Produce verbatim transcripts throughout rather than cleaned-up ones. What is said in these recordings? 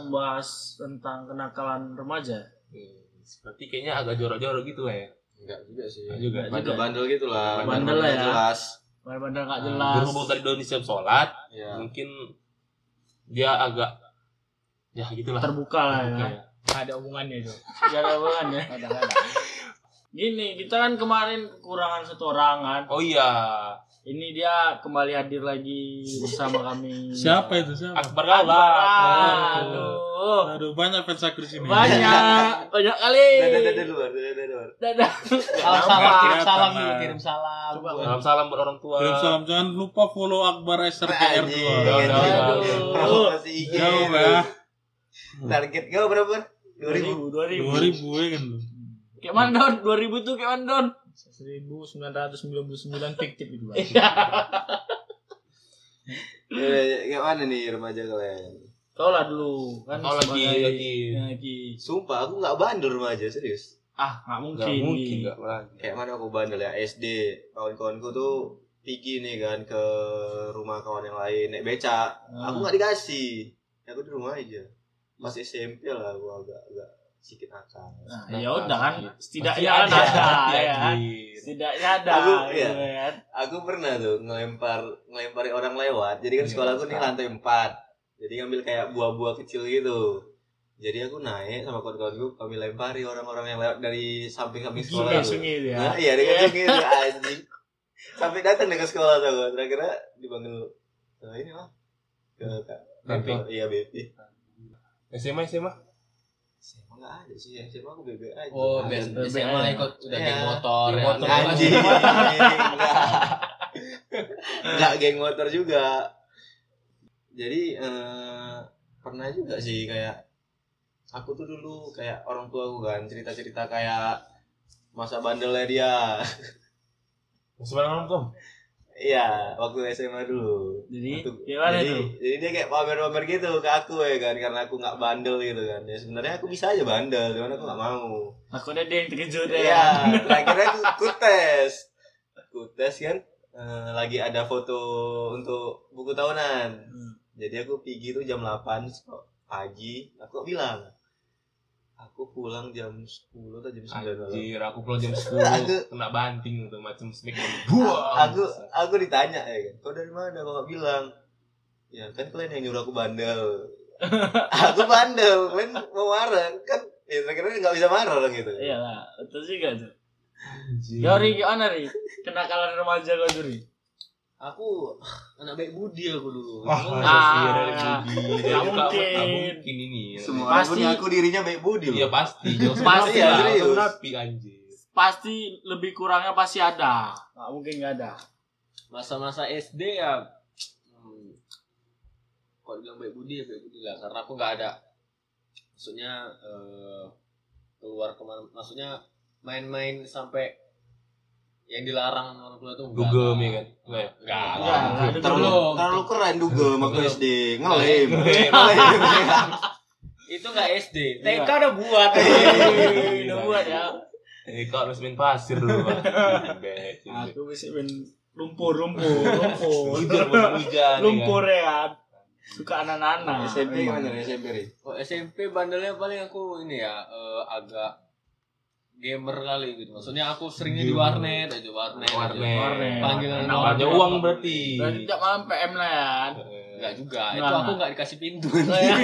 membahas tentang kenakalan remaja. Hmm, berarti kayaknya agak jorok-jorok gitu lah ya. Enggak juga sih. Enggak juga. Bandel-bandel gitu lah. Bandel lah ya. Jelas. Bandel nggak Nah, jelas. berhubung tadi Doni siap sholat, Ya. mungkin dia agak ya gitulah. Terbuka lah ya. Terbuka ya. Ada hubungannya itu. Gak ada hubungannya. Ada ada. Gini, kita kan kemarin kekurangan satu orang kan. Oh iya. Ini dia kembali hadir lagi bersama kami. Siapa itu? Siapa? Akbar Akbar. Galak. Aduh. Aduh, banyak fans aku di sini. Banyak, banyak kali. Dadah dadah luar, dadah dadah luar. Dadah. Salam salam Nampak kirim salam kelihatan, dulu, nah. kirim salam. Coba. Salam salam buat orang tua. Kirim salam, jangan lupa follow Akbar S R K R Anjing. dua. Udah, udah, udah. Promosi I G. Jauh ya. Target kau berapa? dua ribu. dua ribu. dua ribu ya kan. Kayak mana Don? dua ribu tuh kayak mana Don? seribu sembilan ratus sembilan puluh sembilan fiktif itu. Bang. Iya. Ya, kayak mana nih remaja kalian? Kau lah dulu kan. Kau lagi, sebagai- lagi. lagi. Sumpah aku enggak bandel remaja, serius. Ah, nggak mungkin. Enggak mungkin enggak lagi. Kayak mana aku bandel ya S D. Kawan-kawanku tuh pergi nih kan ke rumah kawan yang lain naik beca. Ah. Aku enggak dikasih. Aku di rumah aja. Pas S M P lah aku agak agak sedikit nakal. Nah, ya udah kan, Pasti setidaknya kan ada, pasti ya kan. anjir. Setidaknya ada, Aku, gitu iya. kan. Aku pernah tuh ngelempar ngelempari orang lewat. Jadi kan Iya, sekolahku nih sekarang. lantai empat. Jadi ngambil kayak buah-buah kecil gitu. Jadi aku naik sama kawan-kawanku, kami lempari orang-orang yang lewat dari samping-samping sekolah. tuh. Sungai itu ya. Nah, iya, dengan sungai itu anjing. Sampai datang deh ke sekolah tuh. Terakhirnya dipanggil, nah ini lah. Ke B P. Iya, B P. S M A S M A. S M A nggak ada sih, S M A aku B B aja. Oh, Ada. biasa B B S M A ikut udah Iya. geng motor Geng ya. motor. Anjing. Enggak. Enggak geng motor juga. Jadi eh, pernah juga sih kayak aku tuh dulu kayak orang tua aku kan cerita-cerita kayak masa bandelnya dia. Sebenarnya Tom. Iya, waktu S M A dulu. Jadi, Waktu- gimana jadi, tuh? jadi dia kayak pamer-pamer gitu ke aku ya kan, karena aku nggak bandel gitu kan. Ya sebenarnya aku bisa aja bandel, cuman aku nggak mau. Aku udah dia yang terkejut ya. Iya, akhirnya aku, aku tes, aku tes kan. eh, lagi ada foto untuk buku tahunan. Hmm. Jadi aku pergi tuh jam delapan pagi. Aku bilang, aku pulang jam sepuluh atau jam sembilan malam. Anjir, aku pulang jam sepuluh Aku- kena banting tuh macam snake. Aku aku ditanya ya kan, kau dari mana? Kau nggak bilang. Ya kan kalian yang nyuruh aku bandel. Aku bandel, kalian mau marah kan? Ya terakhirnya nggak bisa marah orang gitu. Iya lah, betul juga tuh. Anjir. Ya Ri, gimana Ri? Kenakalan remaja kau tuh Ri? Aku anak baik budi aku dulu. Wah, Emang ah, Sofia dari Budi. nggak Dia juga mungkin. nggak mungkin ini. semua Pasti- orang punya aku dirinya baik budi loh. Iya pasti. Jauh Pasti, lah, serius. jauh napi anjir. Pasti lebih kurangnya pasti ada. Nggak mungkin nggak ada. Masa-masa S D ya hmm, kalau bilang baik budi ya baik budi lah karena aku nggak ada maksudnya eh, keluar kemana maksudnya main-main sampai yang dilarang orang tua tuh enggak. Dugem ya kan? Enggak ya? Enggak, Enggak, enggak. enggak ada Terlalu Belum. terlalu keren juga waktu Belum. S D. Ngelem. Ngelem. Ngelem. Itu enggak S D. T K Iya. udah buat. Hei, udah buat ya. Eh, kau harus main pasir dulu. Bek. Aku bisa main lumpur, lumpur, lumpur. Hujan, musim hujan. Lumpur ya kan. Suka anak-anak. S M P gimana nih S M P Ri? Oh, S M P bandelnya paling aku ini ya eh, agak gamer kali gitu. Maksudnya aku seringnya di warnet, aja warnet. aja. Warnet. Warnet. Panggilan Warnet. orang Banyak tua. uang berarti. Berarti tiap malam P M lah ya. Enggak juga. Enggak, Itu aku enggak. enggak dikasih pintu. Oh, ya.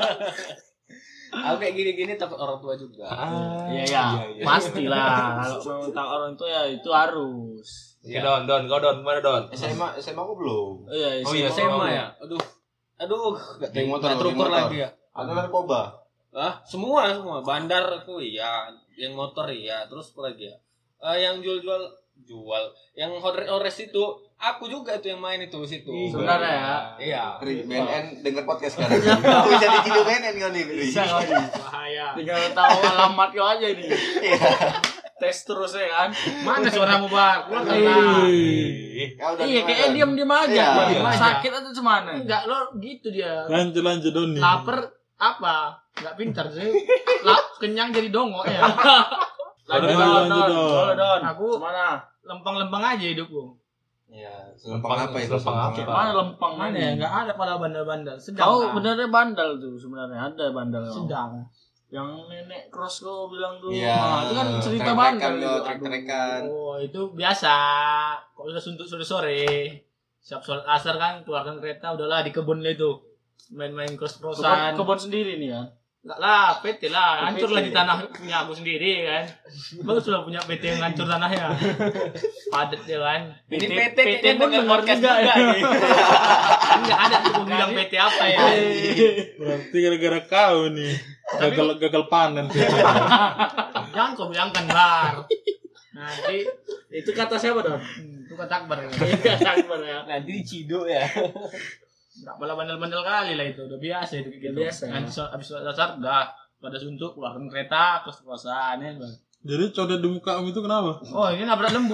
Aku kayak gini-gini takut orang tua juga. Ah, Iya ya, iya. pastilah. Kalau mau tentang orang tua ya itu harus. Oke, Don, Don, kau Don, mana Don? S M A S M A aku belum. Oh iya, Oh iya, S M A ya. Aduh. Aduh, enggak Geng motor, enggak geng terukur motor. lagi ya. Ada narkoba. Hah? Semua semua. Bandar aku iya, yang motor iya, terus apa lagi ya? Eh, yang jual-jual jual, yang hores itu aku juga itu yang main itu situ. Sebenarnya ya. Iya. Ri, B N N denger podcast sekarang. Aku bisa diciduk B N N kau nih. Ri. Bisa kau nih. Bahaya. Tinggal tahu alamat kau aja nih. Iya. Tes terus ya kan. Mana suaramu, Bang? Keluar Iya. Eh, Kau udah Iya, gimana? kayaknya diam-diam aja. Iya. Gua Diam aja. sakit atau gimana? Enggak, lo gitu dia. Lanjut lanjut Doni. Laper apa? Enggak pintar sih. Lap kenyang jadi dongok ya. Lanjut Lanjut, Don, lanjut, Don. Don. Boleh, Don. Aku Mana? lempeng-lempeng aja hidupku. Ya, selempang apa itu? Selempang apa? Mana lempang Mana ya? Enggak ada pada bandel-bandel. Sedang. Kau lah. benernya bandel tuh sebenarnya, ada bandel. Sedang. Yang nenek cross kau bilang tuh. Iya. Nah, itu kan cerita Trek-trekan bandel lo, itu. trek-trekan. Oh, itu biasa. Kalau udah suntuk sore-sore, siap sholat asar kan, keluarkan kereta, udahlah di kebun lah itu. Main-main Kebun, cross-crossan. kebun sendiri nih kan. Enggak lah, P T lah. Hancur P T. lah di tanah punya aku sendiri kan. Baru sudah punya P T yang hancur tanahnya. Padat ya kan. Ini P T P T kayaknya pun dengar dengar podcast juga juga ya. nih. Enggak ada tuh bilang P T apa ya. Berarti gara-gara kau nih. Gagal gagal panen. Jangan kau bilangkan Bar. Nanti Itu kata siapa dong? hmm, itu kata Akbar ya. Akbar ya. Nanti diciduk ya. Enggak malah bandel-bandel kali lah itu. Udah biasa itu gitu. Biasa. Nanti so- habis sholat asar udah pada suntuk keluarkan kereta terus kekuasaan ya Bang. Jadi codet di mukamu itu kenapa? Oh ini nabrak lembu.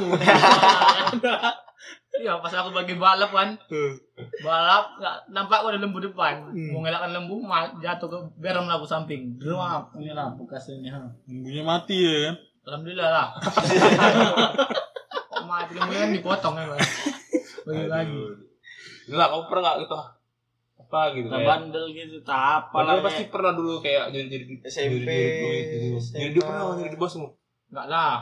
Iya pas aku bagi balap kan, balap nggak nampak aku ada lembu depan, mau ngelakkan lembu ma- jatuh ke berem lampu samping, drop ini lampu kasirnya. Lembunya mati ya kan? Alhamdulillah lah. Kok mati lembunya kan dipotong ya Bang. Bagi lagi. Enggak, kamu pernah enggak gitu? Apa gitu Nah, kayak? bandel gitu, tak apa Padahal lah. pasti pernah dulu kayak jadi jadi S M P, Jadi S M A. dia pernah jadi bosmu. Enggak lah.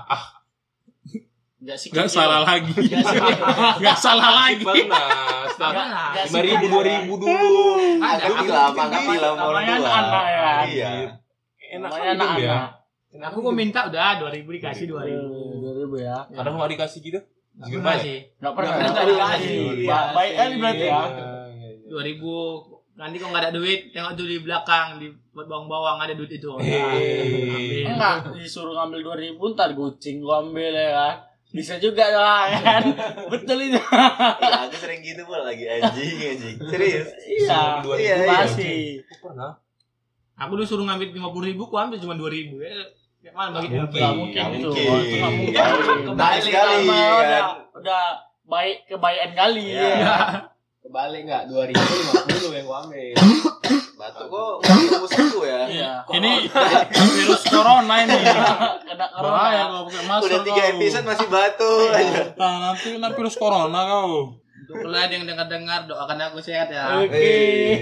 Enggak sih. Gak salah lagi. Gak salah lagi. Pernah. Enggak Setelah lah. lima ribu dua ribu dulu. Ada. Aku bilang apa nggak bilang sama orang namanya tua. anak ya. Iya. Enak Namanya kan hidup ya. anak-anak. Aku mau minta udah dua ribu dikasih dua ribu. dua ribu ya. Kadang nggak dikasih gitu. Enggak Juga pernah baik. sih. Enggak pernah. Nggak pernah dikasih. Ba- Baik kali berarti ya. dua ribu. Nanti kalau nggak ada duit, tengok tuh di belakang di buat bawang-bawang ada duit itu. Hei. Ambil. Enggak, disuruh ngambil dua ribu ntar kucing gua ambil ya kan. Bisa juga lah kan. Betul itu. Iya, aku sering gitu pula lagi anjing anjing. Serius. Iya. Dua ribu Iya, iya. Masih. Pernah. Aku disuruh ngambil lima puluh ribu, aku ambil cuma dua ribu. Ya, kayak mana bagi Mungkin. Enggak mungkin Nggak itu. mungkin. Itu enggak mungkin. Nggak Kebalik Baik sekali, sama kan? udah udah baik kebaikan kali Iya. ya. Kebalik enggak dua ribu lima puluh yang gua ambil. Batu kok nggak tembus aku ya. Iya. Ini virus corona ini. Kena Bahaya corona. kalau pakai masker. Udah tiga kau. episode masih batu aja. Nah, nanti kena virus corona kau. Untuk kalian yang dengar-dengar doakan aku sehat ya. Oke.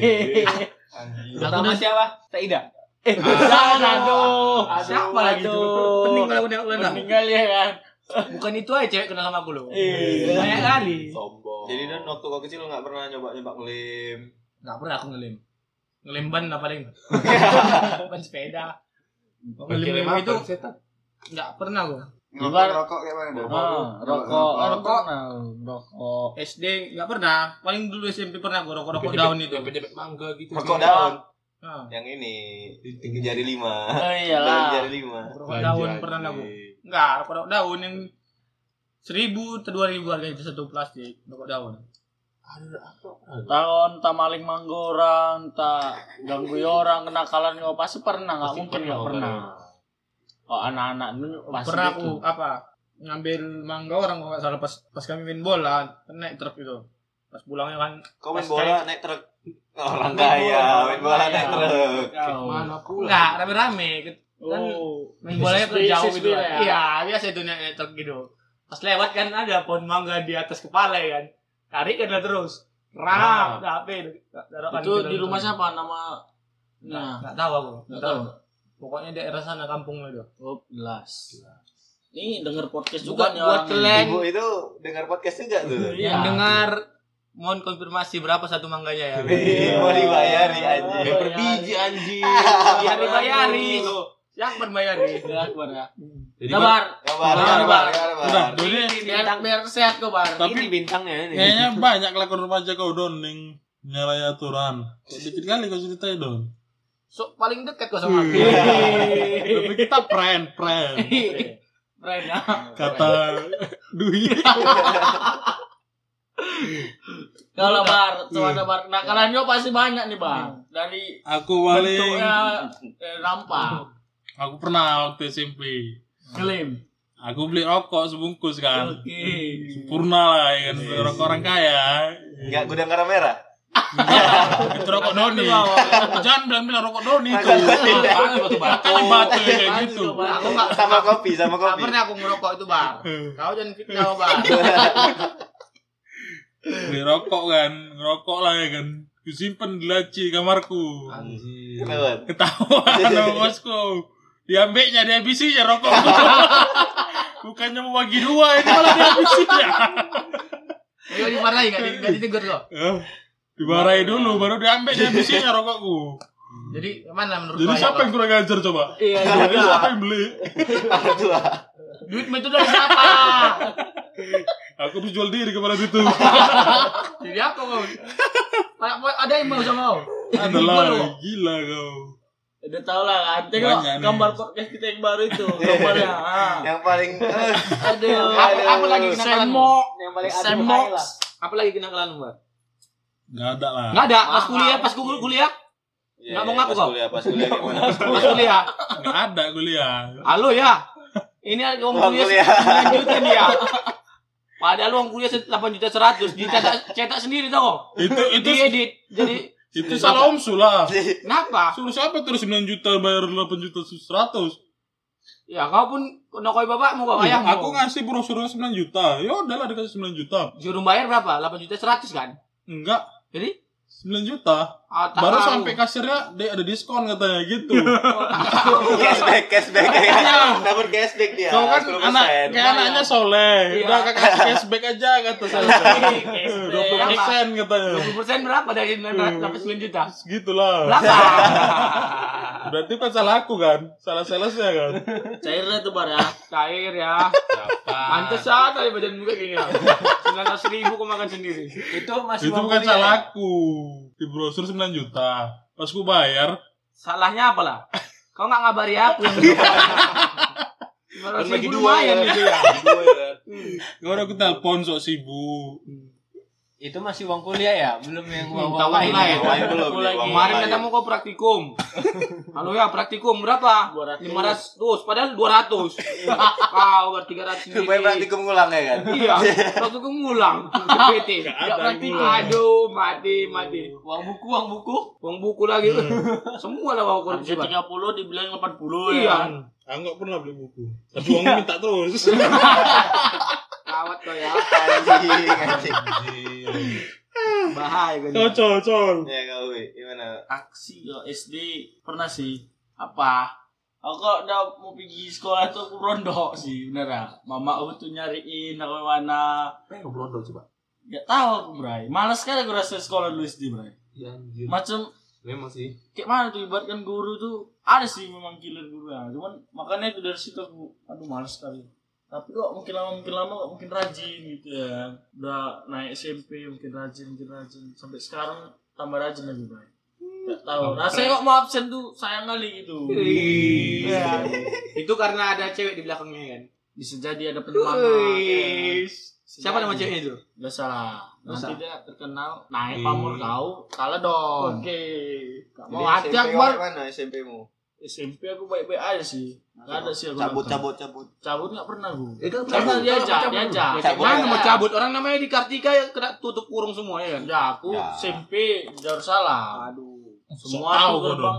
Anjing. Aku Nama udah siapa? Saida. Eh, jangan aduh. Siapa lagi tuh? Pening kalau udah udah. Meninggal ya kan. Bukan itu aja cewek kenal sama aku loh. Iya. Banyak kali. Sombong. Jadi dan waktu kau kecil nggak pernah nyoba-nyoba ngelim. Enggak pernah aku ngelem. Ngelem ban apa paling? Ban sepeda. Ngelem Ngelem itu setan. enggak pernah gua. Gimana? Rokok kayak mana? Ah, rokok, rokok, rokok. S D enggak pernah. Paling dulu S M P pernah gua rokok-rokok daun itu. Jepit mangga gitu. Rokok daun. Nah, Yang ini tinggi jari lima. Oh Daun iyalah. jari lima. rokok daun pernah lah gua. Enggak, rokok daun yang seribu atau dua ribu harganya itu satu plastik rokok daun. Tahun tak maling manggo orang, tak ganggu orang, kenakalan kau pasti pernah, nggak mungkin nggak pernah. Oh anak-anak ini pasti Pernah gitu. aku apa ngambil mangga orang kalau nggak salah pas pas kami main bola naik truk itu pas pulangnya kan Kau main Pas bola kayak- naik truk. Orang Main kaya bola, main bola kaya. naik truk. Kau. Mana pula? nggak rame-rame kan Oh, main bolanya S D, jauh S D gitu lah kan. ya. Iya biasa itu naik, naik truk gitu pas lewat kan ada pohon mangga di atas kepala ya kan tarik kan lah terus rap Ah. tapi itu di rumah siapa nama? Nah, nggak tahu aku nggak nggak tahu. tahu pokoknya daerah sana kampung itu Oh, jelas. Ini denger podcast Buat- juga nih buat orang ini. kalian. Ibu itu dengar podcast juga tuh. Iya. yang dengar mohon konfirmasi berapa satu mangganya ya Ih, mau dibayari anjing. Yang per biji anjing. biar dibayari yang berbayari Ya, Akbar ya. Jadi Kabar. Kabar, Nah, kabar, Bar. kabar. Udah, jadi Biar biar sehat kau, Bar. Tapi- Ini bintangnya ini. kayaknya banyak lakon remaja kau Don yang nyalai aturan. Kok dikit kali kau ceritain Don. so paling dekat kok sama aku Tapi kita friend, friend. Keren ya. Kata Dwi. Kalau Bar, coba ada Bar. Nah, kalian juga pasti banyak nih, Bar. Dari Aku paling bentuknya eh, rampa, aku pernah waktu S M P. klaim. Aku beli rokok sebungkus kan. Oke. Sempurna lah ya kan, rokok orang kaya. Enggak gudang garam merah. Itu rokok Doni. Jangan bilang-bilang rokok Doni itu. batu batu. Kali batu kayak gitu. aku nggak Sama kopi, sama nggak kopi. pernah aku ngerokok itu bar kau jangan fitnah bar Beli rokok kan, ngerokok lah ya kan. Kusimpen di laci kamarku. Anjir. Kenapa? Ketahuan sama bosku. Diambilnya, dihabisinya rokokku. Bukannya mau bagi dua, ini malah dihabisinya. Ayo dimarahi enggak enggak ditegur kok. Eh, Dimarahi dulu, baru diambil dihabisinya rokokku. Jadi mana menurut Jadi kau, siapa Kak? yang kurang ajar coba? Iya, Jadi juga. siapa yang beli? Orang tua. Duit itu dari siapa? Aku harus jual diri kepada itu. Jadi apa kau? Ada yang mau sama kau? Adalah gila kau. Udah tau lah kan. Tengok Banyak nih. gambar podcast kita yang baru itu. Gambarnya. Ah. Yang paling eh, Aduh. Apa, apa lagi kenakalan? Semok. Yang paling ada Semok. lah. Apa lagi kenakalan, Mbak? Enggak ada lah. Enggak ada pas kuliah, pas kuliah kuliah. Iya, Nggak mau iya, ngaku pas kau? kuliah, pas kuliah gimana? Pas kuliah. Enggak ada kuliah. Halo ya. Ini uang Uang kuliah kuliah. sembilan juta nih ya. Padahal uang kuliah delapan juta seratus dicetak cetak sendiri tau. Itu itu Diedit. Jadi itu salah Om Sula. kenapa? Suruh siapa terus sembilan juta bayar delapan juta seratus? Ya kau pun nokoi bapakmu kau ayahmu. Aku ngasih brosur sembilan juta. Ya udahlah dikasih sembilan juta. Suruh bayar berapa? delapan juta seratus kan? Enggak, Jadi sembilan juta. ah, tak Baru tahu. sampai kasirnya dia ada diskon katanya gitu. Cashback, cashback ya. Dapat cashback dia. Kau kan sepuluh anak persen. kayak anaknya soleh. Iya. Udah kakak kasih cashback aja kata saya. dua puluh persen katanya. dua puluh persen berapa dari dapat sembilan juta? Segitulah. Berapa? Berarti kan salah aku kan? Salah salesnya kan? Cairnya tuh bar ya. Cair ya. Pantes ada di badan muka gini ya. sembilan ratus ribu kau makan sendiri. Itu masih Itu bukan salah aku. Di brosur sembilan juta. Pas ku bayar, Salahnya apa lah? Kau nggak ngabari aku yang Kan lima bagi ribu dua ya. lumayan gitu ya. Bagi dua ya kan. gak ada aku telepon sok sibuk. Itu masih uang kuliah ya, belum yang uang Tahu lain. lain. Uang lain belum. Aku lagi. uang Kemarin lain. katamu kau praktikum. Halo ya, praktikum berapa? dua ratus. lima ratus, padahal dua ratus. Kau ber tiga ratus Supaya sendiri. praktikum ngulang ya kan? Iya, praktikum ngulang. P T. Gak Gak ada praktikum. ngulang. Aduh, mati, mati. Uang buku, uang buku. Uang buku lagi. Semua lah kau korupsi. Harga tiga puluh dibilang delapan puluh Iya. ya. Aku gak pernah beli buku. Tapi uangnya minta terus. Kawat kau ya. Anjing, anjing. Bahaya kan. Cocol, cocol. Ya kau Wi, gimana? Aksi kalau S D pernah sih. Apa? Aku kok udah mau pergi sekolah tuh aku rondo sih bener ya. Mama aku tuh nyariin aku mana. Eh, ngobrol dong coba. Gak tahu aku Bray. Malas sekali aku rasa sekolah dulu S D Bray. Ya anjir. Macam Memang sih. kayak mana tuh ibaratkan guru tuh ada sih memang killer guru ya. Cuman makanya itu dari situ aku aduh malas sekali. Tapi kok mungkin lama mungkin lama kok mungkin rajin gitu ya. Udah naik S M P mungkin rajin mungkin rajin sampai sekarang tambah rajin lagi Bray. Gak tahu. Rasanya kok mau absen tuh sayang kali gitu. Iya. Itu karena ada cewek di belakangnya kan. Bisa jadi ada penyemangat. Wih. ya. Siapa nama ceweknya itu? Gak salah. Nanti Gak dia terkenal naik Ih. pamor kau kalah dong. Oke. Gak Jadi mau hati S M P aku kau Bar. mana S M P-mu? S M P aku baik-baik aja sih. Gak ada sih aku. Cabut, nakal. cabut, cabut. Cabut gak pernah gue. Itu Karena diajak, diajak. Ya, mana mau cabut? Orang namanya di Kartika ya kena tutup kurung semua ya kan. Ya aku Ya. S M P Darussalam. Aduh. Semua tahu tuh gua gerbang.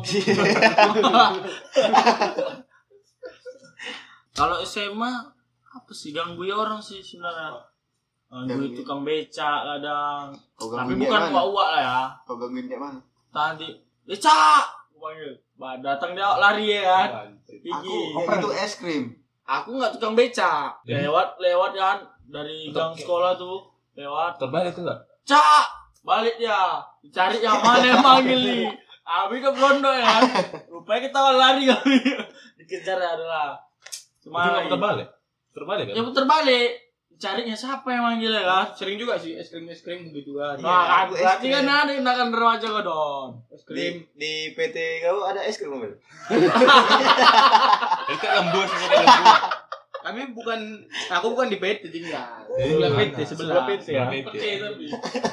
Kalau S M A apa sih ganggu orang sih sebenarnya. Ganggu tukang beca kadang. Kau Tapi gangguin bukan kayak mana? uak-uak lah ya. Kau gangguin kayak mana? Tadi beca. Gua panggil. Bah, datang dia lari ya kan. Aku Gigi. apa itu es krim? Aku nggak tukang beca. Jadi? Lewat lewat kan dari gang sekolah tuh. Lewat. Terbalik tuh enggak? Cak, balik ya. Cari yang mana yang manggil nih. Abi ke Brondo ya kan. Rupanya kita lari kali. Dikejar ya adalah. Itu Cuma enggak terbalik. Terbalik kan? ya putar balik. Carinya siapa yang manggil ya kan? Sering juga sih es krim es krim begitu kan. Nah, aku berarti es kan krim. ada tindakan remaja kok Don. Es Di, krim. di P T kau ada es krim mobil? Itu kan lembus, itu kan lembus. Kami bukan aku bukan di P T tinggal. Eh, Sebelah P T mana? sebelah. Sebelah P T ya. Sebelah P T. Oke tapi.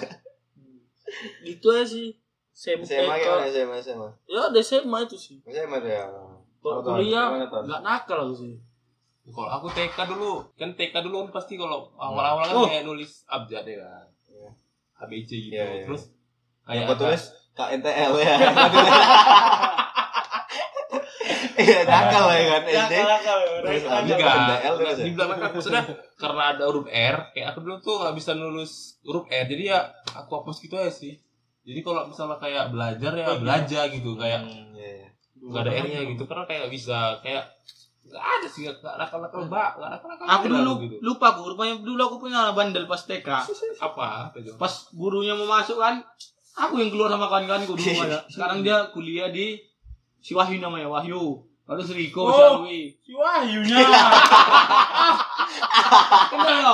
Itu aja sih. S M P S M A kok. gimana S M A? S M A? Ya ada S M A itu sih. S M A tuh ya. Kalau Tahun, kuliah gimana, Ton? nggak nakal aku sih. Kalau aku T K dulu, kan T K dulu kan pasti kalau awal-awal kan Oh. kayak nulis abjad ya kan. Iya. A B C gitu. Iya, iya. Terus Yang kayak kau tulis K N T L ya. Iya, nakal lah ya kan S D. Nakal-nakal. Terus Nakal. habis Enggak, benda L terus ya. di belakang kan maksudnya karena ada huruf R, kayak aku dulu tuh nggak bisa nulis huruf R, jadi ya aku hapus gitu aja sih. Jadi kalau misalnya kayak belajar ya belajar gitu, kayak Hmm, iya, iya. nggak ada R-nya gitu, karena kayak nggak bisa, kayak nggak ada sih, nggak nakal-nakal mbak, nggak nakal-nakal. Aku aja dulu gitu. lupa aku rupanya dulu aku punya bandel pas T K. Apa? Apa itu? Pas gurunya mau masuk kan, aku yang keluar sama kawan-kawanku dulu ya. Sekarang dia kuliah di si Wahyu namanya, Wahyu. Lalu si Riko, si Oh. Alwi. Si Wahyunya. Kenal kau?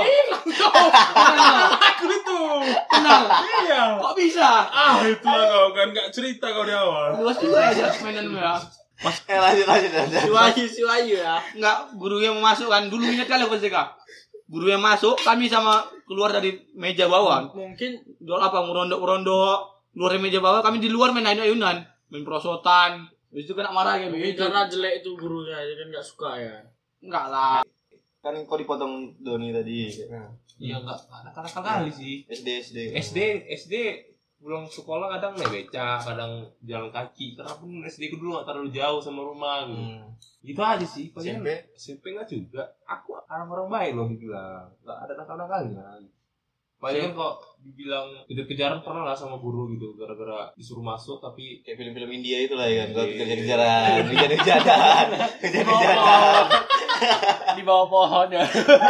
Kenal. Aku itu. Kenal. Iya. Kok bisa? Ah, itulah kau kan enggak cerita kau di awal. Luas juga ya mainanmu ya. Eh lanjut lanjut lanjut. Si Wahyu, si Wahyu ya. Enggak, guru yang mau masuk kan. Dulu ingat kali aku pas T K. Guru yang masuk, kami sama keluar dari meja bawah. Mungkin Jual apa? Merondok-merondok. Keluar dari meja bawah, kami di luar main ayun-ayunan. Main prosotan. Habis itu kena marah kayak mungkin begitu. karena jelek itu gurunya, jadi kan nggak suka ya. Enggak lah. Kan kau dipotong Doni tadi. Iya nggak, nakal-nakal kali sih. S D S D. S D S D pulang sekolah kadang naik beca, kadang jalan kaki. Karena pun S D ku dulu nggak terlalu jauh sama rumah gitu. Hmm. Gitu aja sih. S M P? S M P nggak juga. Aku orang-orang baik loh dibilang. Nggak ada nakal-nakalnya. Paling kan kok dibilang kejar-kejaran pernah lah sama guru gitu, gara-gara disuruh masuk tapi Kayak film-film India itu lah ya kan. Kau kejar-kejaran, kejar-kejaran, kejar-kejaran. Di bawah pohon ya.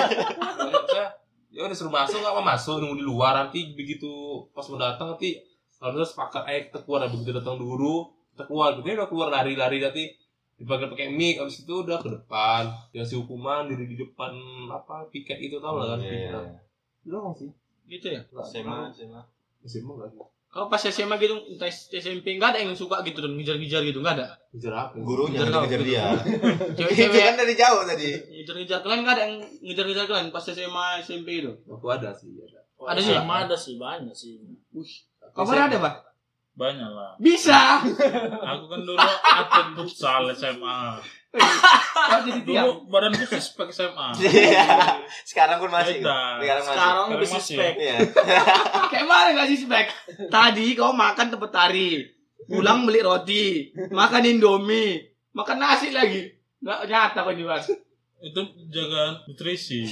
saya ya udah suruh masuk nggak mau masuk, nunggu di luar, nanti begitu pas mau datang nanti kalau sepakat ayo kita keluar, begitu datang guru kita keluar, gitu udah keluar lari-lari nanti dipakai pakai mic, abis itu udah ke depan dikasih hukuman diri di depan apa piket itu tau lah kan, piket doang sih. Gitu ya. S M A, S M A. Masih mau nggak sih? Kalau pas S M A gitu, entah S M P enggak ada yang suka gitu dan ngejar-ngejar gitu, enggak ada. Ngejar apa? Gurunya Ngejar ngejar kau. dia. Itu Cewek-cewek kan dari jauh tadi. ngejar-ngejar kalian enggak ada yang ngejar-ngejar kalian pas S M A S M P itu. Aku ada sih, ada. Ada sih, juga? ada sih banyak sih. Kabar ada, Pak? Banyak lah. Bisa. Aku kan dulu atlet futsal S M A. Kau jadi tiang. Dulu badanku suspek S M A. Iya. Sekarang pun masih. Beda. Sekarang masih. Sekarang Sekarang lebih masih. suspek. Iya. Kayak mana enggak sih spek? Tadi kau makan tempat tari. Pulang beli roti, makan Indomie, makan nasi lagi. Enggak nyata kau juga. Itu jaga nutrisi.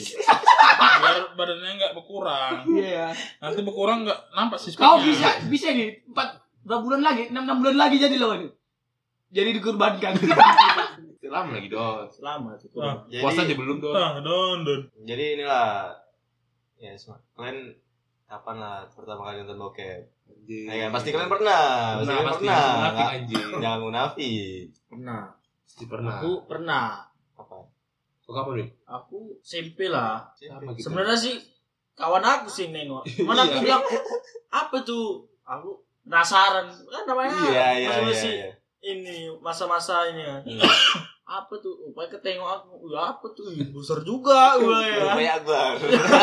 Biar badannya enggak berkurang. Iya. Nanti berkurang enggak nampak sih Kau bisa bisa nih empat berapa bulan lagi? enam enam bulan lagi jadi loh ini. Jadi dikorbankan. Lama lagi dong. Lama tuh. Ah, Jadi- Puasa aja belum dong. ah, don don. Jadi inilah ya semua. Kalian kapan lah pertama kali nonton bokep? Anjing. Ya kan pasti kalian pernah, pasti Pernah, kalian pasti. pernah. Munafik Nggak- anjing. Jangan munafik. Pernah. Pasti pernah. Aku pernah. Apa? Kok kapan nih? Aku S M P lah. Sama gitu. Sebenarnya sih kawan aku sih nengok. Mana aku Iya. bilang apa tuh? Aku penasaran kan namanya. Iya iya iya. masih iya. ini masa-masa ini kan. Hmm. Apa tuh? Upaya ketengok aku. Ya apa tuh? Ih, besar juga gue ya. Rupanya Akbar.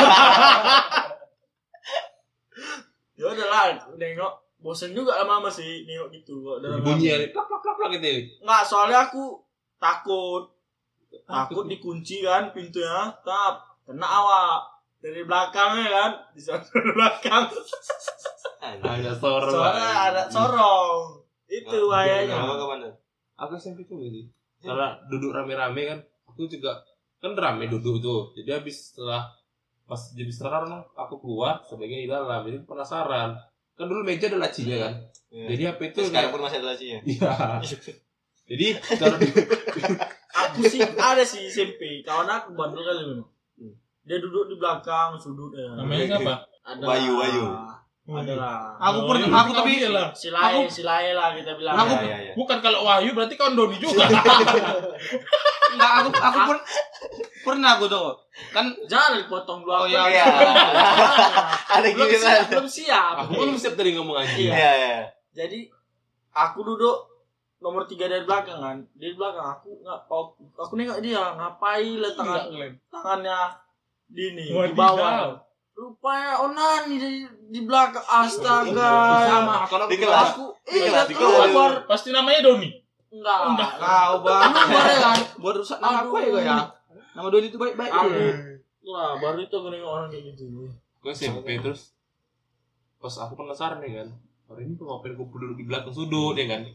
Ya udah lah, nengok. Bosen juga lama-lama sih nengok gitu. Kok dalam Bunyi ya, plak plak plak plak gitu. Enggak, soalnya aku takut. Takut dikunci kan pintunya. Tap, kena awak. Dari belakangnya kan. Di sana belakang. Ada sorong. Soalnya ada sorong. Itu Kamu bahayanya. kapan tuh? Aku S M P tuh sih. Karena duduk rame-rame kan, aku juga kan rame duduk tuh. Jadi habis setelah pas jadi sekarang aku keluar, sebagian di dalam. Jadi penasaran. Kan dulu meja ada lacinya kan. Iya. Jadi H P itu Sekarang pun masih ada lacinya. Iya. Jadi kalau Aku sih ada sih S M P. Kawan aku bandel kali memang. Dia duduk di belakang sudutnya. Namanya siapa? Ada Wayu, lah. Wayu. Ada lah. Aku Oh, pernah iya, aku kau tapi dia lah. Silai, Aku- silai lah kita bilang. Aku- Iya iya iya. Bukan kalau Wahyu berarti kau Doni juga. enggak aku aku pun pernah aku tuh. Kan Jangan dipotong dulu. Oh, aku. iya, iya. Ada belum giliran. siap, belum siap. aku belum siap tadi ngomong anjing. Iya. Iya iya. Jadi aku duduk nomor tiga dari belakang kan. Di belakang aku nggak aku, aku nengok dia ngapain lah tangan tangannya di ini di bawah. Rupanya onani di, di belakang. Astaga. Sama, kalau Di kelas. Aku Di iya kelas, di keluar. kelas. Pasti namanya Doni. Enggak. kau bang Keluar ya kan. buat rusak nama aku ya kau ya. Nama Doni itu baik-baik. Aku dulu. wah baru itu aku nengok orang kayak gitu. gue S M P terus pas aku penasaran ya kan, hari ini kok ngapain gue duduk di belakang sudut ya kan,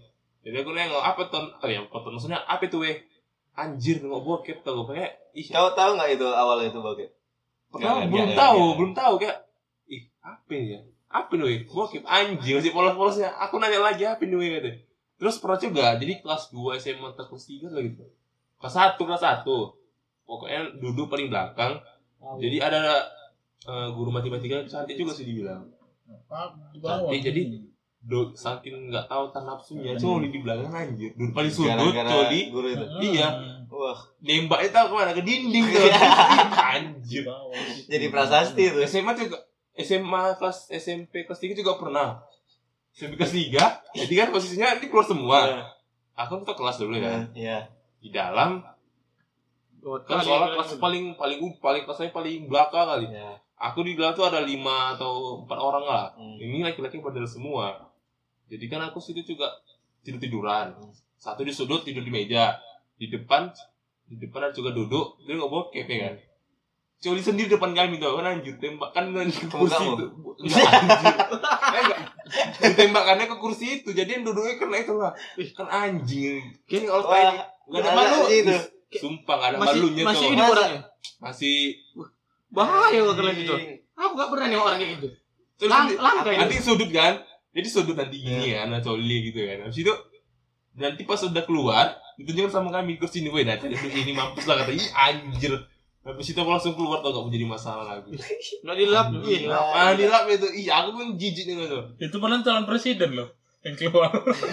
Jadi aku nengok apa ton, oh ya foto maksudnya apa itu weh? Anjir nengok bokep tau gue kayak ih Kau tahu nggak itu awalnya itu bokep? pertama Nggak, belum nggak, tahu, nggak. belum tahu kayak ih apa ya? Apa nih weh? Bokep anjir masih polos-polosnya. Aku nanya lagi apa nih weh katanya. Terus pernah juga jadi kelas dua S M A atau kelas tiga lah gitu. Kelas satu kelas satu. Pokoknya duduk paling belakang. Jadi ada uh, guru matematika cantik juga sih dibilang. Cantik jadi do, saking nggak tahu tan nafsunya coli di belakang anjir duduk paling sudut Gara-gara coli guru itu. iya Wah, nembaknya tahu kemana ke dinding tuh anjir jadi prasasti itu. S M A juga S M A kelas S M P kelas tiga juga pernah S M P kelas tiga jadi kan posisinya nanti keluar semua aku tuh kelas dulu ya Iya. di dalam kan soalnya kelas paling paling paling kelasnya paling belakang kali Iya. aku di dalam tuh ada lima atau empat orang lah Hmm. ini laki-laki padahal semua jadi kan aku situ juga tidur tiduran satu di sudut tidur di meja di depan di depan ada juga duduk dia nggak bokep ya kan coli sendiri depan kami tuh kan anjir tembakan ke kursi kamu? itu enggak anjir eh, enggak ditembakkannya ke kursi itu jadi yang duduknya kena itu lah kan anjing kayak kalau Wah, kayak nggak ada malu sih itu. sumpah nggak ada Masih malunya masih tuh hidup orangnya. masih Bahaya kalau kalian gitu. Aku gak pernah nengok orang kayak gitu. terus Lang- nanti, langka itu. nanti sudut kan jadi sudut nanti gini ya anak coli gitu kan habis itu nanti pas udah keluar ditunjukkan sama kami ke sini weh nanti duduk ini mampus lah katanya ih anjir habis itu aku langsung keluar tau gak menjadi masalah lagi Nggak dilap. Gila. ah di lap itu iya aku pun jijik dengan itu Itu malah calon presiden loh yang keluar.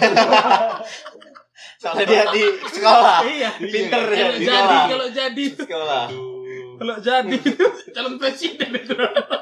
Soalnya dia di sekolah. Iya. Pinter ya Kalau di jadi, sekolah. kalau jadi, Sekolah. aduh kalau jadi calon presiden itu.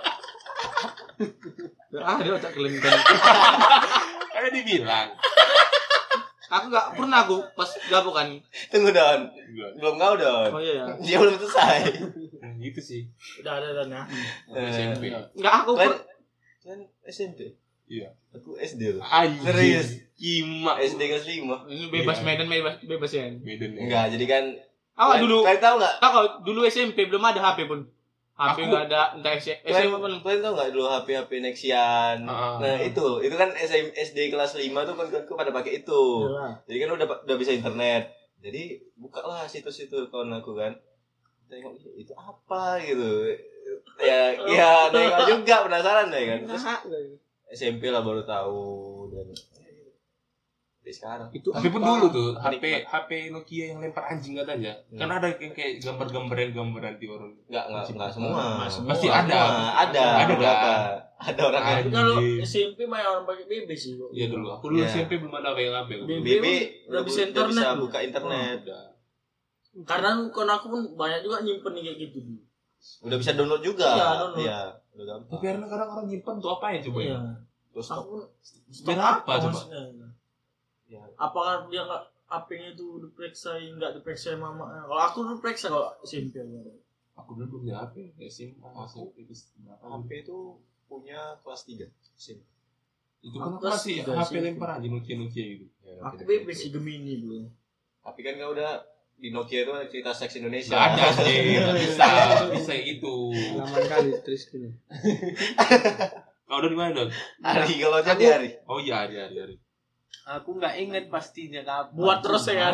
Ah, dia otak kelengkan. kayak dibilang Aku gak pernah aku pas gabung kan. Tunggu Don. Enggak. Belum kau Don. Oh iya ya. Dia belum selesai. nah, gitu sih Udah ada dan ya. Eh, S M P Enggak aku Kalian per- kalian S M P? iya Aku S D loh. anjir Serius? kima S D kelas lima. ini bebas Iya. Medan bebas bebas ya. Medan ya. Enggak, jadi kan Awak kalian- dulu, Kalian tahu enggak? tahu dulu S M P belum ada H P pun. H P Aku- enggak ada entah S M P Kalian, pun. kalian tahu nggak dulu H P H P Nexian? Ah. Nah itu, itu kan S M S D kelas lima tuh kan kan pada pakai itu. Jadi kan udah udah bisa internet. Jadi bukalah situs-situs akun aku kan. Tengok itu apa gitu. Ya, ya tengok juga penasaran deh kan. Terus S M P lah baru tahu dan sampai sekarang. Itu Tapi pun apa? dulu tuh H P Nikmat. H P Nokia yang lempar anjing katanya. Hmm. Kan ada yang kayak gambar-gambaran gambar nanti orang. Enggak enggak enggak semua. Nggak semua. Pasti ada. Semua. Ada. Ada, beberapa. kan? Ada orang yang Tapi kalau Anjing. S M P mah orang pakai B B sih kok. Iya dulu. Aku dulu Iya. S M P belum ada kayak apa. B B. B B udah bisa udah bisa internet. buka internet. Udah. Karena kon aku pun banyak juga nyimpen nih kayak gitu. Udah bisa download juga. Iya, download. Iya, udah gampang. Tapi karena kadang orang nyimpan tuh apa ya coba ya? Iya. Terus Aku pun Biar apa coba? maksudnya? ya, Apakah dia nggak H P-nya itu diperiksa nggak diperiksa mama? Kalau aku diperiksa kalau S M P. Aku dulu belum punya H P. S M A, S M P itu berapa? H P itu punya kelas tiga. SIM. Itu kan Aku aku masih kelas tiga H P S M P. lempar aja Nokia Nokia gitu. Aku B B sih Gemini dulu. Tapi kan kau udah di Nokia itu ada cerita seks Indonesia. Gak ada sih, nggak bisa, bisa itu. Pengalaman kali terus ini. Kau udah di mana dong? Hari kalau jadi hari. Oh iya, hari hari hari. Aku nggak inget pastinya kapan. Buat terus ya kan.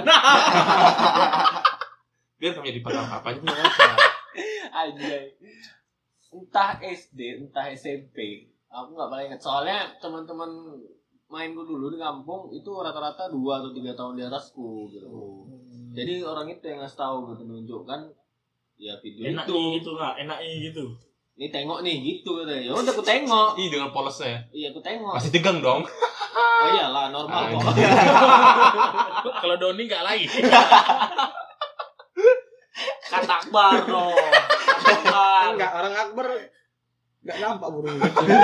Biar kami jadi pakar apanya punya apa? Anjay. Entah S D, entah S M P. Aku nggak paling inget. Soalnya teman-teman mainku dulu di kampung itu rata-rata dua atau tiga tahun di atasku gitu. Jadi orang itu yang ngasih tahu gitu, nunjukkan ya video Enaknya itu. gitu nggak? Enaknya gitu. Nih tengok nih gitu katanya. Ya udah aku tengok. Ih dengan polosnya. Iya aku tengok. Masih tegang dong. Oh iyalah normal kok. Kalau Doni nggak lagi. Kata Akbar no. Kata Enggak, orang Akbar enggak nampak burung.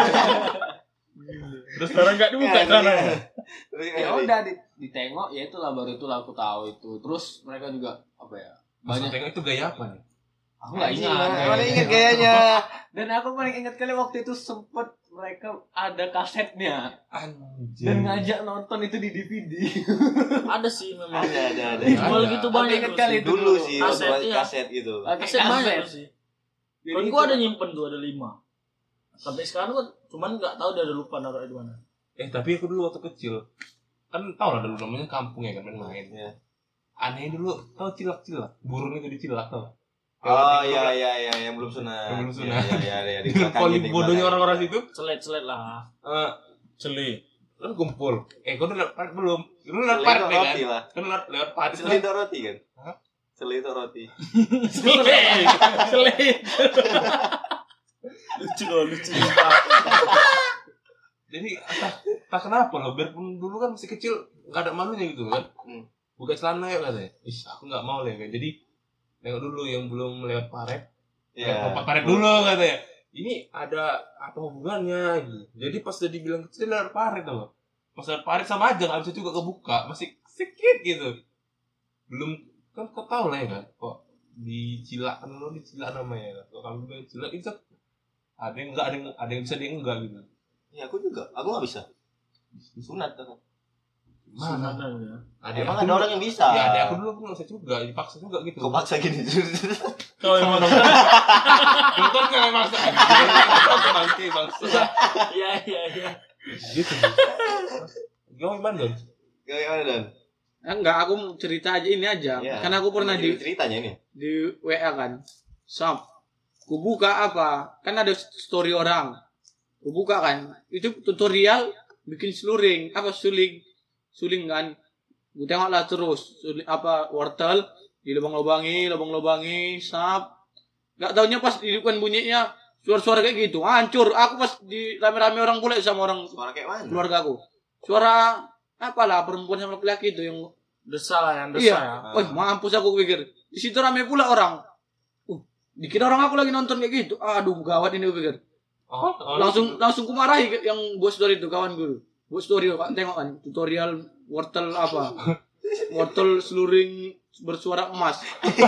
Terus sekarang nggak dibuka Iya, sana. iya. Ya udah di, ditengok ya itulah baru itulah aku tahu itu. Terus mereka juga apa ya? Banyak Banyak tengok itu gaya apa nih? aku nggak Anjing, ingat. mana ingat gayanya. Dan aku paling ingat kali waktu itu sempet mereka ada kasetnya Anjir. dan ngajak nonton itu di D V D. ada sih memang. Ada ada ada. Jual Ada. gitu Aku banyak ingat tuh kali sih. itu Dulu sih Kaset, waktu iya. kaset gitu. Pakai Kaset banyak kaset. tuh sih. Jadi Kan itu- gua ada nyimpen tuh ada lima. Sampai sekarang gua cuman nggak tahu dia ada lupa naruh di mana. Eh tapi aku dulu waktu kecil kan tau lah dulu namanya kampung ya kan main-main. Iya. Aneh dulu tau cilak-cilak, burung itu dicilak tau. Oh iya iya iya yang belum sunat. Yang belum sunat. Iya iya iya di Paling bodohnya orang-orang situ. Celet-celet lah. Eh, Celi. lu kumpul. Eh, kau udah lewat belum? Lu lewat Celi parit itu kan? roti lah. Kan lewat lewat parit. Celi itu roti kan? Hah? Celi itu roti. Celi. Celi. Lucu loh, lucu. Jadi entah, entah kenapa loh, biarpun dulu kan masih kecil nggak ada malunya gitu kan. Hmm. Buka celana ya katanya. Ih, aku nggak mau lah kan. Jadi nengok dulu yang belum lewat paret. Iya. Lewat paret dulu katanya. Ini ada apa hubungannya gitu. Jadi pas udah dibilang kecil lewat paret tuh. Pas lewat paret sama aja nggak bisa juga kebuka, masih sedikit gitu. Belum kan kau tahu lah ya kan. Kok di Cilak kan lo di Cilak namanya. Kalau kamu bilang Cilak itu ada yang enggak, ada yang ada yang bisa, ada yang enggak gitu. Ya aku juga. Aku nggak bisa. Sunat aku. Mana? ya. Ada Emang aku ada dulu- orang yang bisa. Ya, ada aku dulu aku nggak bisa juga, dipaksa juga gitu. Kau paksa gini. Kau emang Dokter kan emang maksa. Bangke bangsa. Iya iya iya. Gitu. Gimana gimana Don? Gimana Dan? Enggak, aku mau cerita aja ini aja. Iya. Karena aku pernah di ceritanya ini. di W A kan. Sam. Ku buka apa? Kan ada story orang. Ku buka kan. Itu tutorial bikin seluring, apa suling. Suling kan. Ku tengoklah terus suling, apa wortel di lubang-lubangi, lubang-lubangi, sap. Enggak taunya pas hidupkan bunyinya suara-suara kayak gitu. Hancur. Aku pas di rame-rame orang pula sama orang Suara kayak mana? keluarga aku. Suara apalah perempuan sama laki-laki itu yang Desa lah yang desa iya. ya. Wah, mampus aku pikir. Di situ rame pula orang. Uh, dikira orang aku lagi nonton kayak gitu. Aduh, gawat ini aku pikir. Oh, oh, Langsung langsung kumarahi ke- yang buat story itu kawan gue. Buat story kan tengok kan tutorial wortel apa? Wortel seluring bersuara emas.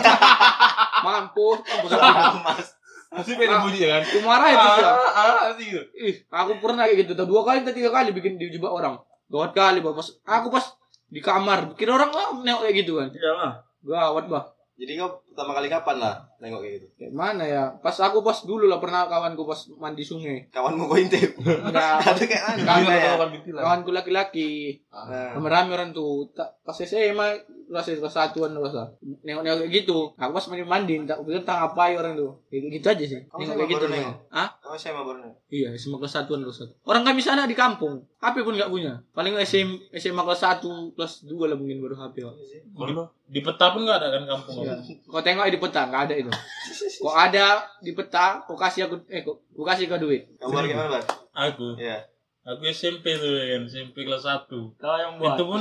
Mampus, mampus aku. Mas. masih beda bunyi ya kan? Kumarahi terus ya. Ah, ah, masih gitu. Ih, aku pernah kayak gitu. Dua kali atau tiga kali bikin dijebak orang. Gawat kali, Bah. Pas aku pas di kamar, kira orang lah nengok kayak gitu kan. Iyalah. Gawat, Bah. Jadi kau pertama kali kapan lah nengok kayak gitu? Kayak mana ya? Pas aku pas dulu lah pernah kawanku pas mandi sungai. Kawanmu kau intip. Enggak, Ada kayak mana? Kagak Gimana ya. kalau kan bintilan? kawanku laki-laki. Nah. Rame-rame orang tuh. Tak pas S M A kelas kelas satuan rasa. Nengok-nengok kayak gitu. Aku pas mandi mandi, tak pikir tak ngapain orang tuh. Kayak gitu aja sih. Kamu Nengok sama kayak gitu. baru Nengok. nengok? Hah? Oh, saya mau baru nengok. Iya, S M A kelas satuan kelas satu. Orang kami sana di kampung. H P pun enggak punya. Paling S M S M A kelas satu, kelas dua lah mungkin baru H P. Di, di peta pun nggak ada kan kampung. Iya. Kau tengok di peta enggak ada itu. Kok ada di peta, kau kasih aku eh kau, kau kasih kau duit. Kamu baru gimana, Bang? Aku, Iya. aku S M P tuh ya kan, S M P kelas satu. Kau yang buat. Itu pun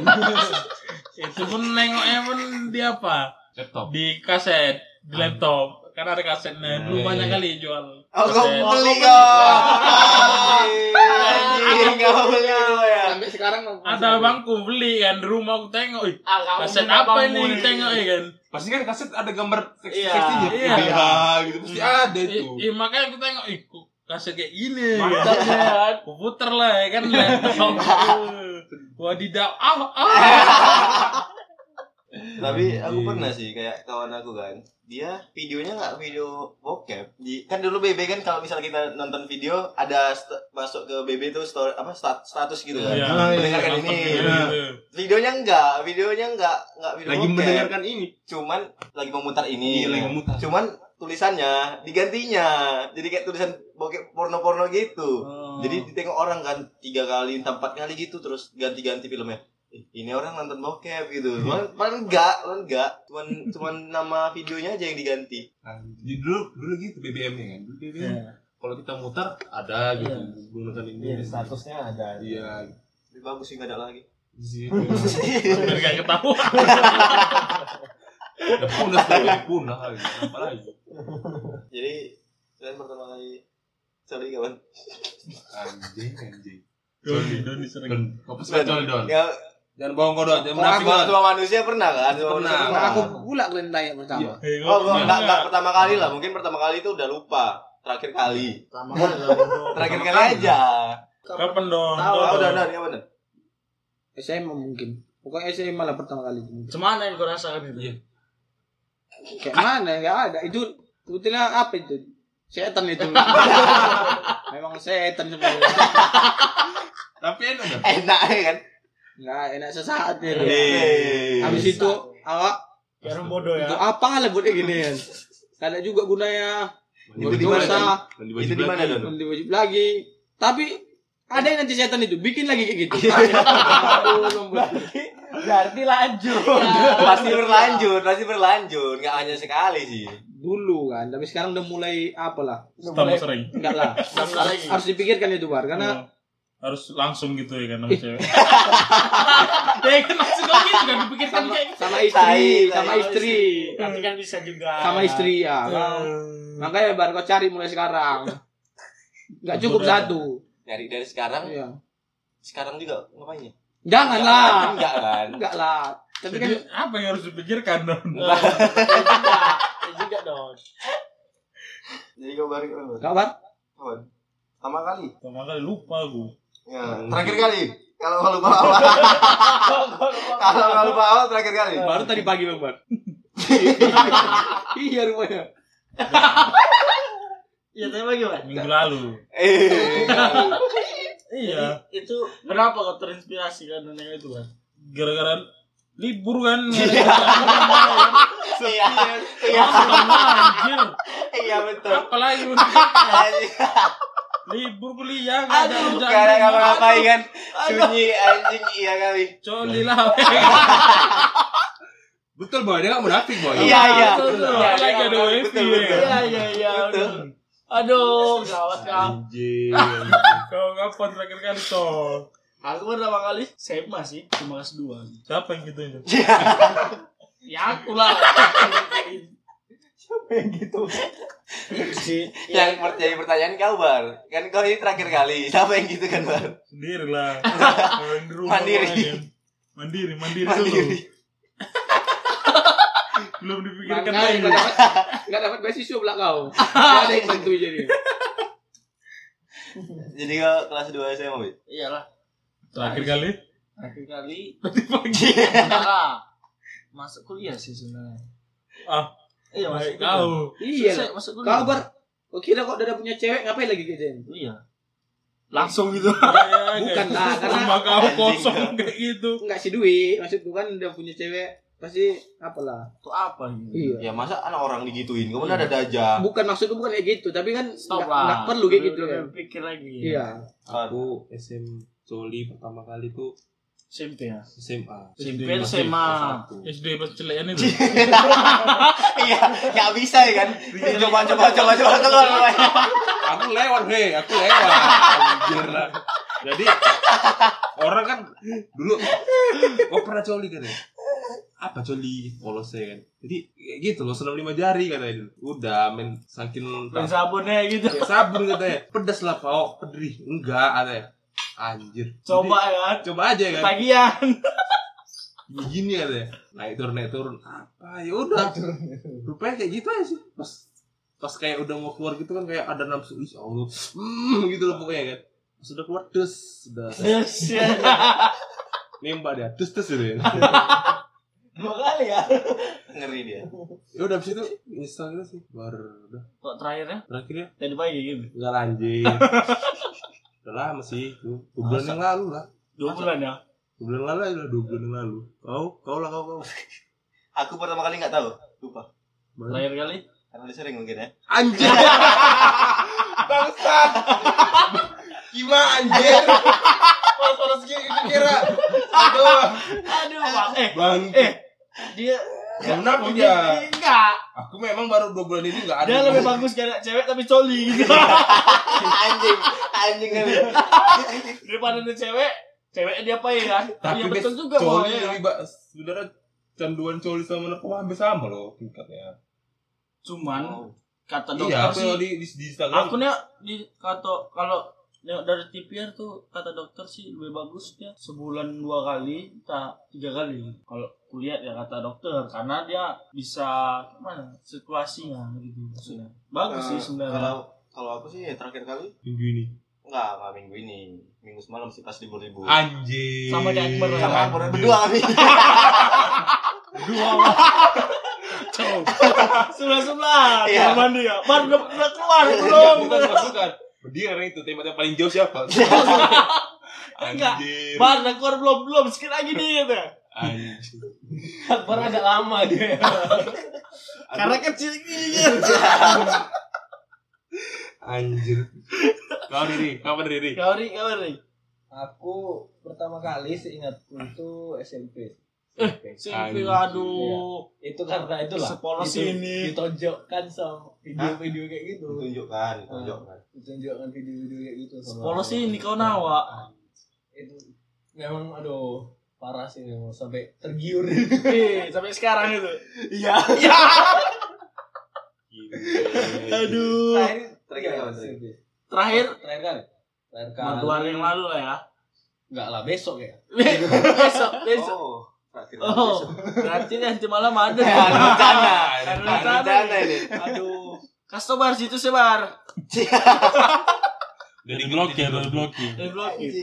itu pun nengoknya pun di apa? Laptop. Di kaset, di laptop. Kan ada kasetnya. Dulu Hmm. banyak kali jual. Oh, kau kaset. beli kau. Anjing, kau beli kau ya. Sampai sekarang Ada bangku beli kan di rumah aku tengok. Ih, Ah, kamu kaset punya apa bangku ini tengok ya kan? Pasti kan kaset ada gambar seksi Iya. seksinya. Iya. Iya, gitu pasti ada I, itu. i, makanya aku tengok, ih kok kaset kayak gini. Mantap kan? ya. Aku puter lah ya kan laptop. Wadidaw, ah, ah. Tapi aku pernah sih kayak kawan aku kan. Dia videonya nggak video bokep. Di, kan dulu B B kan kalau misalnya kita nonton video ada st- masuk ke B B tuh story apa stat- status gitu kan. Iya. Mendengarkan Nonton ini. video Nah, gitu. Videonya enggak, videonya enggak enggak video Lagi bokep. mendengarkan ini. Cuman lagi memutar ini. Iya, lagi memutar. Cuman tulisannya digantinya. Jadi kayak tulisan bokep porno-porno gitu. Oh. Jadi ditengok orang kan tiga kali, entah empat kali gitu terus ganti-ganti filmnya. Eh, ini orang nonton bokep gitu. Cuman cuman enggak, cuman enggak. Cuman cuman nama videonya aja yang diganti. Jadi dulu dulu gitu B B M-nya kan. Dulu B B M. Iya. Kalau kita mutar ada gitu. Iya. Menggunakan ini. Iya, statusnya ada. Iya. Lebih bagus sih enggak ada lagi. Di situ. Biar gak ketahuan. Ya punah sudah punah lagi. Apa lagi? Jadi kalian pertama kali cari kawan. Anjing anjing. Doni, Doni sering. Don, kau pasti coli Don. Ya, Jangan bohong kau Don. Jangan semua, munafik Don. semua manusia pernah kan? Semua Pernah. manusia Nah, aku pula kalian tanya pertama. Iya. Eh, Oh, gua- enggak, enggak pertama kali lah. Mungkin pertama kali itu udah lupa. Terakhir kali. Pertama kali lah bodoh. Terakhir Pertama kali kali. aja. Kapan Don? Tahu, Don, oh, udah, Don. udah, ya benar. S M A mungkin. Pokoknya S M A lah pertama kali. Cemana yang kau rasakan itu? Iya. Kayak mana? Enggak ada. Itu sebetulnya apa itu? Setan itu. Memang setan sebenarnya. Tapi enak Don. Enak ya kan? Nggak enak sesaat ya. Eh, Habis itu awak Kayak orang bodoh ya. untuk apa lah buatnya gini kan? Gak ada juga gunanya. Itu di mana, Berdosa, Mandi Itu wajib di mana, lagi. Don? nanti wajib lagi. Tapi ada yang nanti setan itu bikin lagi kayak gitu. Aduh, lembut. Berarti lanjut. Pasti berlanjut, pasti berlanjut, nggak hanya sekali sih. Dulu kan, tapi sekarang udah mulai apalah. Tambah sering. Enggak lah. Tambah lagi. Harus dipikirkan itu Bar, karena Oh, harus langsung gitu ya kan sama cewek. Ya kan maksud gue gitu kan dipikirkan sama, kayak gitu. sama istri, Tai, tai. sama istri, Tapi kan bisa juga. sama istri ya. Kau- Makanya Bar kau cari mulai sekarang. Enggak cukup Udah. satu. Dari dari sekarang, Iya. sekarang juga ngapain ya? Janganlah. Enggak kan? Enggak lah. Tapi kan Jadi apa yang harus dipikirkan Don? Ya juga. Ya juga dong. Jadi kau balik kapan? kabar? Kapan? Pertama kali. Pertama kali lupa gue. Ya, terakhir kali. Kalau nggak lupa awal. Kalau nggak lupa awal terakhir kali. Baru tadi pagi Bang Bar. Iya rumahnya. Iya, tapi bagaimana? Minggu lalu. Eh. Iya. Itu kenapa kau terinspirasi kan dengan itu kan? Gara-gara libur kan. Iya. Iya. Anjir. Iya betul. Apalagi libur kuliah nggak ada Aduh, kerjaan. gak ada ngapa-ngapain Aduh, kan. Sunyi anjing iya kali. Coli lah. Betul boy, dia nggak munafik boy. Iya iya. betul, betul. Iya, Apalagi iya, ada betul, wifi betul, ya. betul. Iya, iya, iya. Betul. Aduh, gawat kau. Anjir. Kau kapan terakhir kali tol? Aku pertama kali S M A sih, cuma kelas dua. Siapa yang gitu itu? Ya aku lah. Si Yang per- jadi pertanyaan kau Bar. Kan kau ini terakhir kali. Siapa yang gitu kan Bar? Sendiri lah. Kalau yang di rumah Mandiri. makanya. Mandiri, mandiri, Mandiri. dulu. Belum dipikirkan Makanya lagi. enggak dapat enggak dapat beasiswa pula kau. Nggak ada yang bantu jadi. Jadi kau kelas dua S M A, Bi? iyalah. Terakhir kali. Akhir kali Pagi. enggak lah. Masuk kuliah sih sebenarnya. Ah, Iya, masuk baik kuliah. kau. Iya. Selesai masuk kuliah. Kau Bar, kau kira kok udah punya cewek ngapain lagi gitu? Iya. Langsung gitu. Ya, Bukan kayak lah, karena- rumah kau Anjing, kosong kau. kayak gitu. Enggak sih duit, maksudku kan udah punya cewek pasti apalah. Itu apa gitu? Iya. Ya masa anak orang digituin? Kau mana ada daja? Bukan maksudku bukan kayak gitu, tapi kan Stop nggak lah. nggak perlu kayak gitu Udah kan. Pikir lagi. Iya. Aku S M Coli pertama kali tuh S M P ya. S M A. S M P Masih S M A. S D pas celekan itu. Iya, nggak bisa ya kan? Coba coba coba coba keluar. Aku lewat hei, aku lewat. Anjir lah. Jadi orang kan dulu oh pernah coli kan ya? Apa coli polos ya kan? Jadi kayak gitu loh, senam lima jari katanya dulu. Udah men saking Main sabunnya gitu. ya, sabun katanya. Pedas lah Pak, pedih. Enggak katanya. Anjir. Coba Jadi, ya kan. coba aja kan. Tagihan. Begini katanya. Naik turun naik turun. Apa ya udah. Rupanya kayak gitu aja sih. Pas pas kayak udah mau keluar gitu kan kayak ada nafsu ih Allah. Hmm gitu loh pokoknya kan. Pas udah keluar des sudah Yes, ya. nembak dia des des gitu ya. Dua kali ya. Ngeri dia. Ya udah habis itu nyesel gitu sih. Baru udah Kok terakhirnya? terakhir ya Tadi pagi gitu. enggak lanjut. Udah lama sih itu. Dua bulan yang lalu lah. Dua bulan ya. Dua bulan lalu lah, dua bulan yang lalu. Kau, kau lah kau kau. Aku pertama kali nggak tahu. Lupa. Terakhir kali. Karena udah sering mungkin ya. Anjir. Bangsat. Gimana anjir? Panas-panas gini kira. Aduh. Aduh, Bang. Eh, Bang. eh. Dia Kenapa dia? Enggak. Aku memang baru dua bulan ini enggak ada. Dia lebih bagus kayak cewek tapi coli gitu. Anjing, anjing kali. Daripada dia cewek, cewek dia apa ya kan? Tapi Iya betul bes- juga coli Bang, ya. lebih ba- sebenarnya canduan coli sama narkoba hampir sama loh tingkatnya. Cuman Oh. kata dokter Iya, aku sih. di, di, di Instagram. Aku nih di kata kalau nengok dari T V R tuh kata dokter sih lebih bagus dia sebulan dua kali, tak tiga kali. Kalau kuliah ya kata dokter karena dia bisa mana situasinya gitu maksudnya. Bagus sih Eh, sebenarnya. Kalau kalau aku sih terakhir kali minggu ini. enggak, enggak minggu ini. Minggu semalam sih pas libur-libur. Anjir. Sama kayak Akbar ya. Sama aku berdua kami. Dua. Sebelah sebelah. Iya. Iya. Mandi ya. Man udah, udah keluar Bukan, belum? bukan, bukan, bukan. Dia karena itu tempat yang paling jauh siapa? Enggak. Anjir. Bar, udah keluar belum? Belum, sedikit lagi nih kata. Anjir. Akbar agak lama dia. Karena kecil gini. Anjir. Kau diri, kapan diri? Kau ri, kau ri. Aku pertama kali seingatku itu S M P. Simpi, aduh. Itu karena itulah. Sepolos itu ini. Ditonjokkan sama video-video kayak gitu. Tunjukkan, tunjukkan. Ditunjukkan video-video kayak gitu. sama- Sepolos ini kau nawa. Itu memang aduh parah sih memang sampai tergiur. Eh, sampai sekarang itu. Iya. Aduh. Terakhir Terakhir iya, kapan, S M P. Terakhir Terakhir kali. Terakhir kali. dua hari yang lalu lah ya. Enggak lah besok ya. Besok, besok. Oh, terakhir Oh, besok. berarti nanti malam ada. Ada rencana. Ada Ada rencana rencana ini. ini. Aduh. Kasih bar situ sebar. Dari blokir, dari blokir. Dari blokir.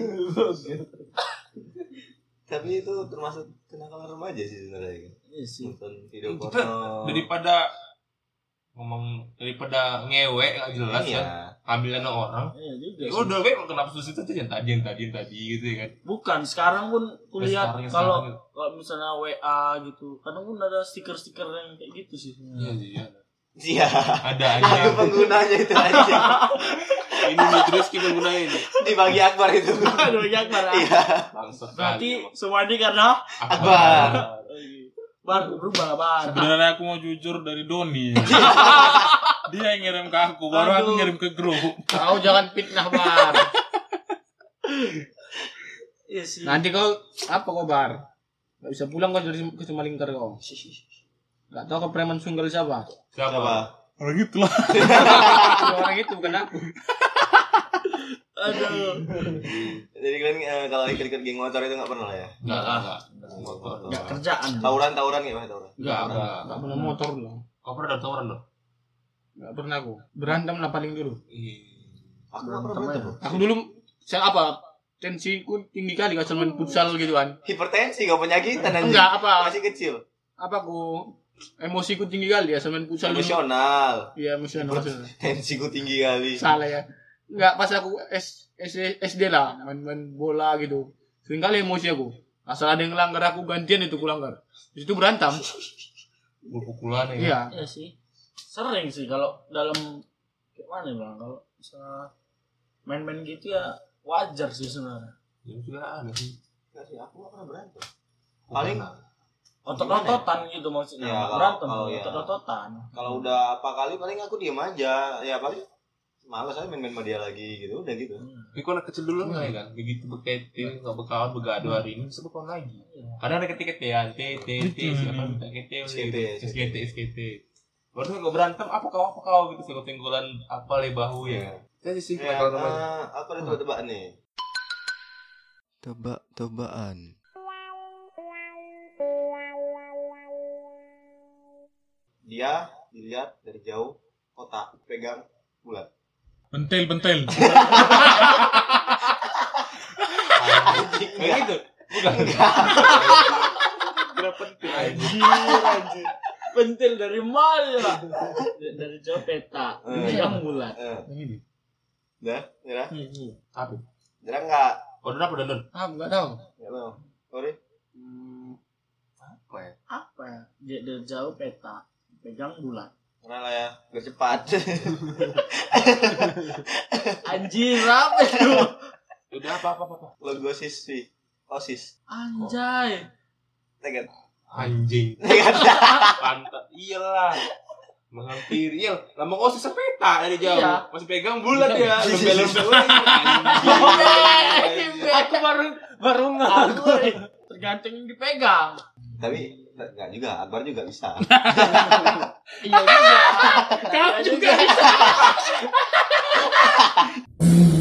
Tapi itu termasuk kenakalan remaja sih sebenarnya. Iya sih. Nonton video Kita porno. daripada ngomong daripada ngewe nggak jelas Iya. kan, ambil anak orang. Iya juga. Ya sih. udah weh kenapa susah itu yang tadi yang tadi yang tadi gitu ya kan. Bukan, sekarang pun kulihat Sekarang- kalau sekarang gitu. kalau misalnya W A gitu, kadang pun ada stiker-stiker yang kayak gitu sih. Iya iya. Iya. Ada Aku aja. penggunanya itu aja. Ini nih terus kita gunain. Dibagi Akbar itu. Aduh, ya Akbar. Iya. Bangsat. Berarti semua ini karena Akbar. Bar berubah bar. Sebenarnya aku mau jujur dari Doni. Dia yang ngirim ke aku, baru aku Aduh. ngirim ke grup. Kau jangan fitnah bar. Iya sih. Nanti kau apa kau bar? Gak bisa pulang kau dari ke Semalingkar kau. Gak tahu kau preman sunggal siapa? Siapa? Siapa? Orang itulah. Orang itu bukan aku. Aduh. Jadi kalian eh, kalau ikut-ikut geng motor itu nggak pernah lah ya? Enggak enggak. Motor. Enggak kerjaan. Tawuran tawuran gitu tawuran. Enggak enggak. Gak pernah motor loh. Kau pernah ada tawaran loh? Gak pernah aku. Berantem lah paling dulu. Iya. Aku nggak pernah berantem. Bro. Aku dulu saya apa? Tensiku tinggi kali kalau main futsal gitu kan. Hipertensi kau penyakitan anjing. Enggak apa? Masih kecil. Apa aku emosiku tinggi kali ya sama main futsal dulu. Emosional. Iya emosional. emosional. Tensiku tinggi kali. Salah ya. Enggak pas aku S, S, SD lah main-main bola gitu. Sering kali emosi aku. Asal ada yang ngelanggar aku gantian itu kulanggar. Di situ berantem. Pukul-pukulan ya. Iya. Iya sih. Sering sih kalau dalam kayak mana bang, kalau misalnya main-main gitu ya wajar sih sebenarnya. Ya juga ada sih. Nggak sih, aku nggak pernah berantem. Paling Otot-ototan gitu maksudnya. Ya, kalau- Berantem, kalau ya. otot-ototan. kalau udah apa kali paling aku diem aja. Ya paling malas aja main-main sama dia lagi gitu. Udah gitu. Tapi kau anak kecil dulu enggak ya kan? Begitu berketin, nggak berkawan, bergaduh hari ini, sebut kawan lagi. Iya. Kadang ada ketik-ketikan, T, T, T, siapa minta K T, S K T, S K T, S K T. Baru nggak berantem, apa kau, apa kau gitu, segala tenggolan, apa le bahu ya. Saya sih Ya, kalau teman. eh, aku ada tebak-tebakan nih. Tebak-tebakan. Dia dilihat dari jauh, kotak, pegang bulat. Bentel, bentel. Anjing, Kayak gitu. Bukan. Kenapa pentil anjir anjir. Pentil dari mana? Dari jauh peta. Eh. Yang bulat. Eh, Yang ini. Dah, nyerah. Apa? Nyerah enggak? Kau udah apa dan? Ah, enggak tahu. Enggak tahu. Sorry. Hmm, Apa ya? Apa ya? Dia dari jauh peta. Pegang bulat. Karena lah ya, biar cepat. Anjir apa itu? Udah apa apa apa. Logo siswi. OSIS. Anjay. Tegat. Anjing. Tegat. Pantat. Iyalah. Menghampiri. Iya, lambang osis sepeta dari jauh. Iya. Masih pegang bulat ya. Lembel-lembel. Aku baru baru ngaku. Tergantung yang dipegang. Tapi enggak juga, Akbar juga bisa. Iya juga. Kau Iya juga.